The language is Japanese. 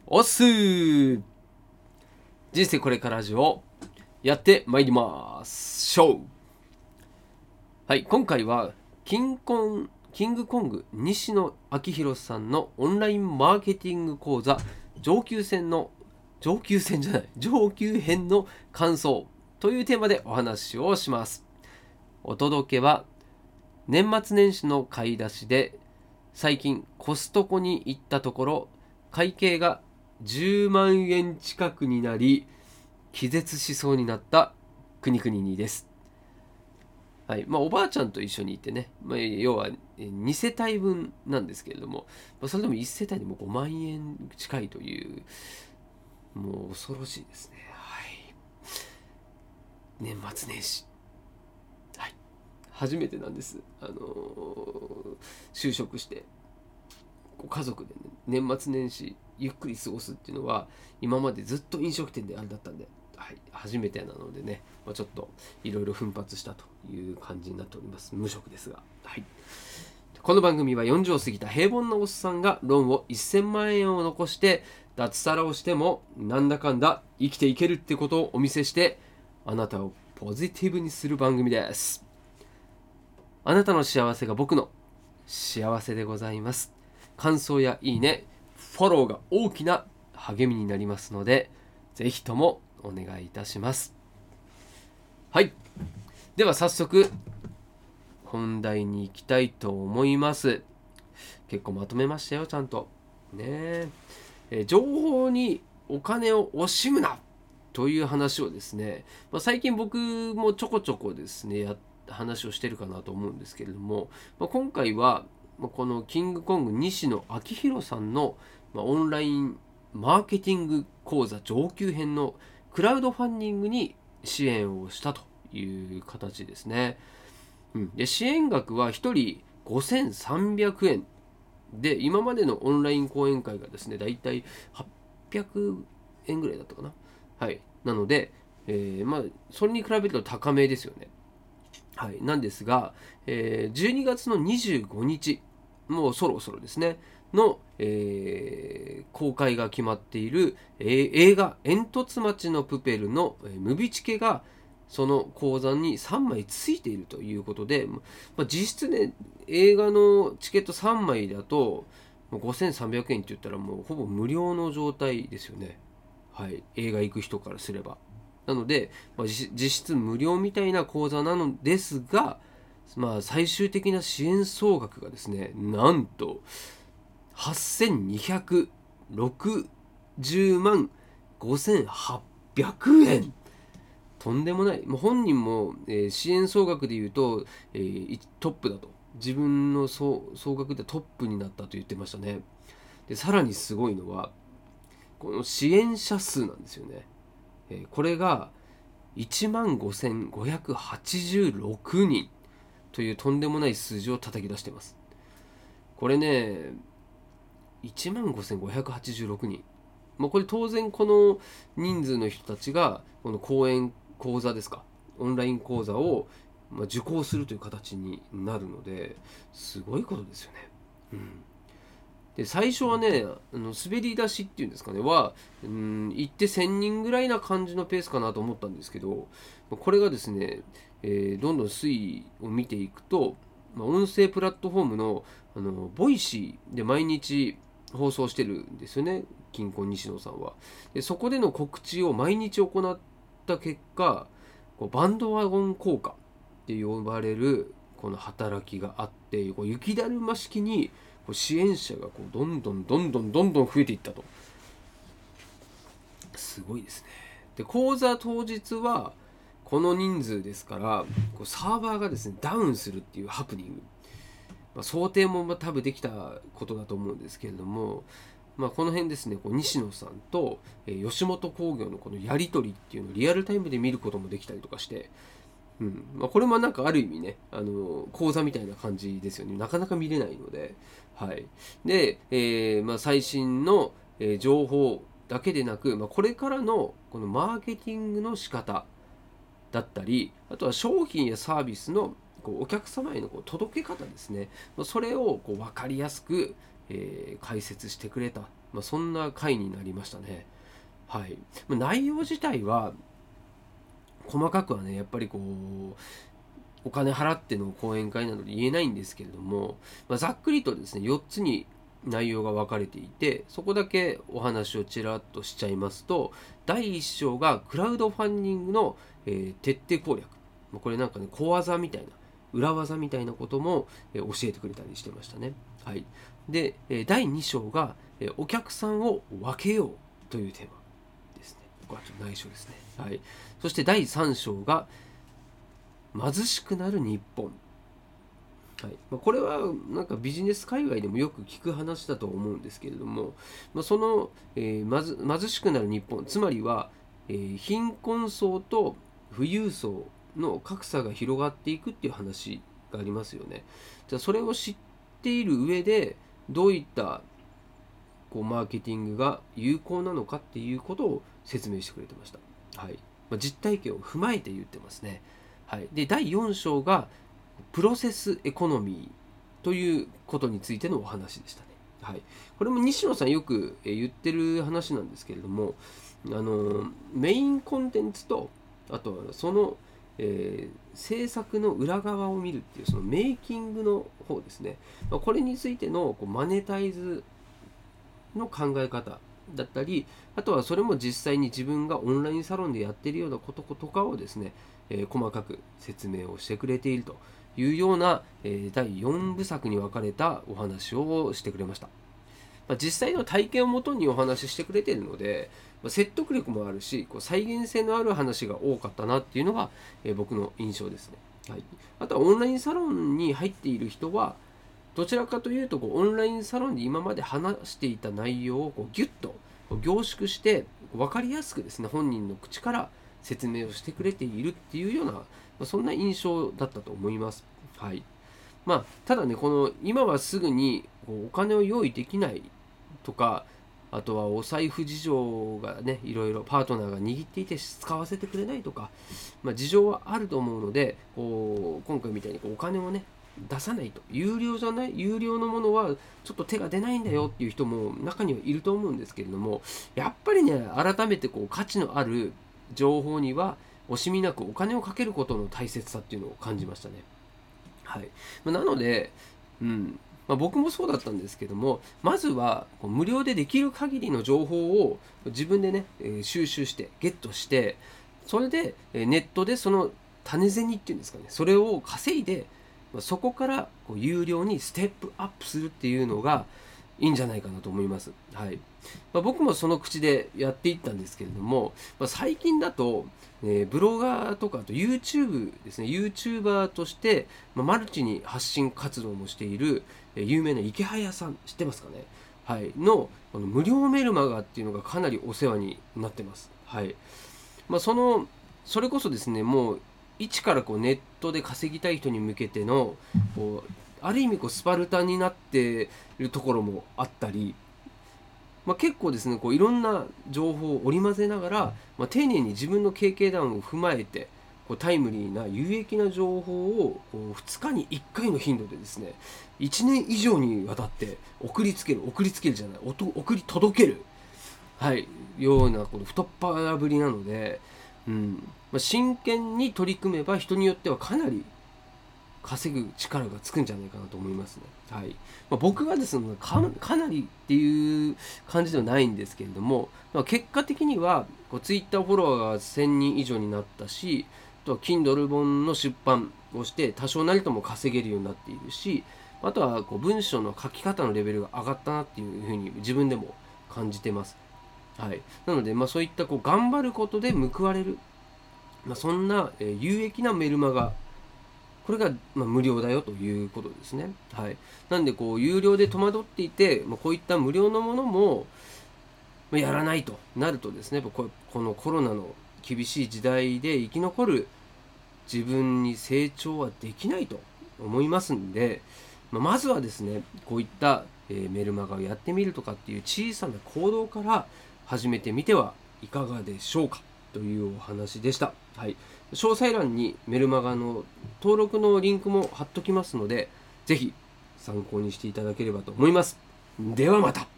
おっすー。人生これからラジオやってまいりますショー。はい、今回はキングコング西野昭弘さんのオンラインマーケティング講座上級編の感想というテーマでお話をします。お届けは年末年始の買い出しで最近コストコに行ったところ会計が10万円近くになり気絶しそうになったくにくににです。はい、おばあちゃんと一緒にいてね、要は2世帯分なんですけれども、それでも1世帯でも5万円近いという、もう恐ろしいですね。はい。年末年始。はい。初めてなんです。就職して、家族でね、年末年始ゆっくり過ごすっていうのは、今までずっと飲食店であれだったんで、はい、初めてなのでね、ちょっといろいろ奮発したという感じになっております。無職ですが。はい。この番組は40を過ぎた平凡なおっさんがローンを1000万円を残して脱サラをしてもなんだかんだ生きていけるってことをお見せしてあなたをポジティブにする番組です。あなたの幸せが僕の幸せでございます。感想やいいね、フォローが大きな励みになりますので、ぜひともお願いいたします。はい。では早速、本題に行きたいと思います。結構まとめましたよ、ちゃんと。ねえ。情報にお金を惜しむなという話をですね、最近僕もちょこちょこですね、話をしてるかなと思うんですけれども、今回はこのキングコング西野昭弘さんのオンラインマーケティング講座上級編のクラウドファンディングに支援をしたという形ですね。で支援額は1人5300円で、今までのオンライン講演会がですね、だいたい800円ぐらいだったかな。はい。なので、それに比べると高めですよね。はい。なんですが、12月の25日、もうそろそろですね、の、公開が決まっている、映画、煙突町のプペルの、ムビチケが、その講座に3枚ついているということで、実質ね、映画のチケット3枚だと、5300円って言ったらもうほぼ無料の状態ですよね。はい。映画行く人からすれば。なので、実質無料みたいな講座なのですが、最終的な支援総額がですね、なんと8260万5800円。とんでもない。もう本人も、支援総額で言うと、トップだと。自分の総額でトップになったと言ってましたね。で、さらにすごいのは、この支援者数なんですよね。これが1万5586人というとんでもない数字を叩き出しています。これね、1万5586人。これ当然この人数の人たちがこの講座ですか、オンライン講座を受講するという形になるので、すごいことですよね。で最初はね、滑り出しっていうんですかねは、行って1000人ぐらいな感じのペースかなと思ったんですけど、これがですね、どんどん推移を見ていくと、音声プラットフォームのボイシーで毎日放送してるんですよね、金婚西野さんは。でそこでの告知を毎日行った結果、バンドワゴン効果って呼ばれるこの働きがあって、雪だるま式に支援者がどんどん増えていったと。すごいですね。で講座当日はこの人数ですから、サーバーがですねダウンするっていうハプニング、想定も多分できたことだと思うんですけれども、この辺ですね、西野さんと吉本興業のこのやり取りっていうのをリアルタイムで見ることもできたりとかして、これもなんかある意味ね、講座みたいな感じですよね。なかなか見れないので、はい。で、最新の、情報だけでなく、これからのこのマーケティングの仕方だったり、あとは商品やサービスのお客様への届け方ですね。それを分かりやすく、解説してくれたそんな回になりましたね。はい。内容自体は細かくはね、やっぱりお金払っての講演会なので言えないんですけれども、ざっくりとですね、4つに内容が分かれていて、そこだけお話をちらっとしちゃいますと、第1章がクラウドファンディングの、徹底攻略。これなんかね、小技みたいな、裏技みたいなことも、教えてくれたりしてましたね。はい。で、第2章が、お客さんを分けようというテーマですね。ここはちょっと内緒ですね。はい。そして第3章が、貧しくなる日本。はい。これはなんかビジネス界隈でもよく聞く話だと思うんですけれども、その、貧しくなる日本、つまりは、貧困層と富裕層の格差が広がっていくっていう話がありますよね。じゃあそれを知っている上で、どういったマーケティングが有効なのかっていうことを説明してくれてました。はい。実体験を踏まえて言ってますね。はい。で、第4章がプロセスエコノミーということについてのお話でしたね。はい。これも西野さんよく言ってる話なんですけれども、メインコンテンツと、あとはその、制作の裏側を見るっていう、そのメイキングの方ですね。これについてのマネタイズの考え方だったり、あとはそれも実際に自分がオンラインサロンでやっているようなこととかをですね、細かく説明をしてくれているというような、第4部作に分かれたお話をしてくれました。実際の体験をもとにお話ししてくれているので、説得力もあるし、再現性のある話が多かったなっていうのが、僕の印象ですね。はい、あとはオンラインサロンに入っている人は、どちらかというとオンラインサロンで今まで話していた内容をギュッと凝縮して分かりやすくですね、本人の口から説明をしてくれているっていうような、そんな印象だったと思います。はい。ただね、今はすぐにお金を用意できないとか、あとはお財布事情がね、いろいろパートナーが握っていて使わせてくれないとか、事情はあると思うので、今回みたいにお金をね、出さないと、有料じゃない、有料のものはちょっと手が出ないんだよっていう人も中にはいると思うんですけれども、やっぱりね、改めて価値のある情報には惜しみなくお金をかけることの大切さっていうのを感じましたね。はい。なので、僕もそうだったんですけども、まずは無料でできる限りの情報を自分でね、収集してゲットして、それでネットでその種銭っていうんですかね、それを稼いで、そこから有料にステップアップするっていうのがいいんじゃないかなと思います。はい。僕もその口でやっていったんですけれども、最近だと、ブロガーとかあと YouTube ですね、YouTuber として、マルチに発信活動もしている、有名な池早さん、知ってますかね。はい。の、この無料メルマガっていうのがかなりお世話になってます。はい。それこそですね、もう一からネットで稼ぎたい人に向けてのある意味スパルタになっているところもあったり、結構ですねいろんな情報を織り交ぜながら、丁寧に自分の経験談を踏まえてタイムリーな有益な情報を2日に1回の頻度でですね1年以上にわたって送りつけるじゃない送り届ける、はい、ような太っ腹ぶりなので、真剣に取り組めば人によってはかなり稼ぐ力がつくんじゃないかなと思いますね。はい。僕はですね、かなりっていう感じではないんですけれども、結果的にはTwitter フォロワーが1000人以上になったし、あとは Kindle 本の出版をして多少なりとも稼げるようになっているし、あとは文章の書き方のレベルが上がったなっていうふうに自分でも感じてます。はい。なので、そういった頑張ることで報われる、そんな有益なメルマガ、これが無料だよということですね。はい。なんで有料で戸惑っていて、こういった無料のものもやらないとなるとですね、このコロナの厳しい時代で生き残る自分に成長はできないと思いますんで、まずはですね、こういったメルマガをやってみるとかっていう小さな行動から始めてみてはいかがでしょうかというお話でした。はい。詳細欄にメルマガの登録のリンクも貼っときますので、ぜひ参考にしていただければと思います。ではまた。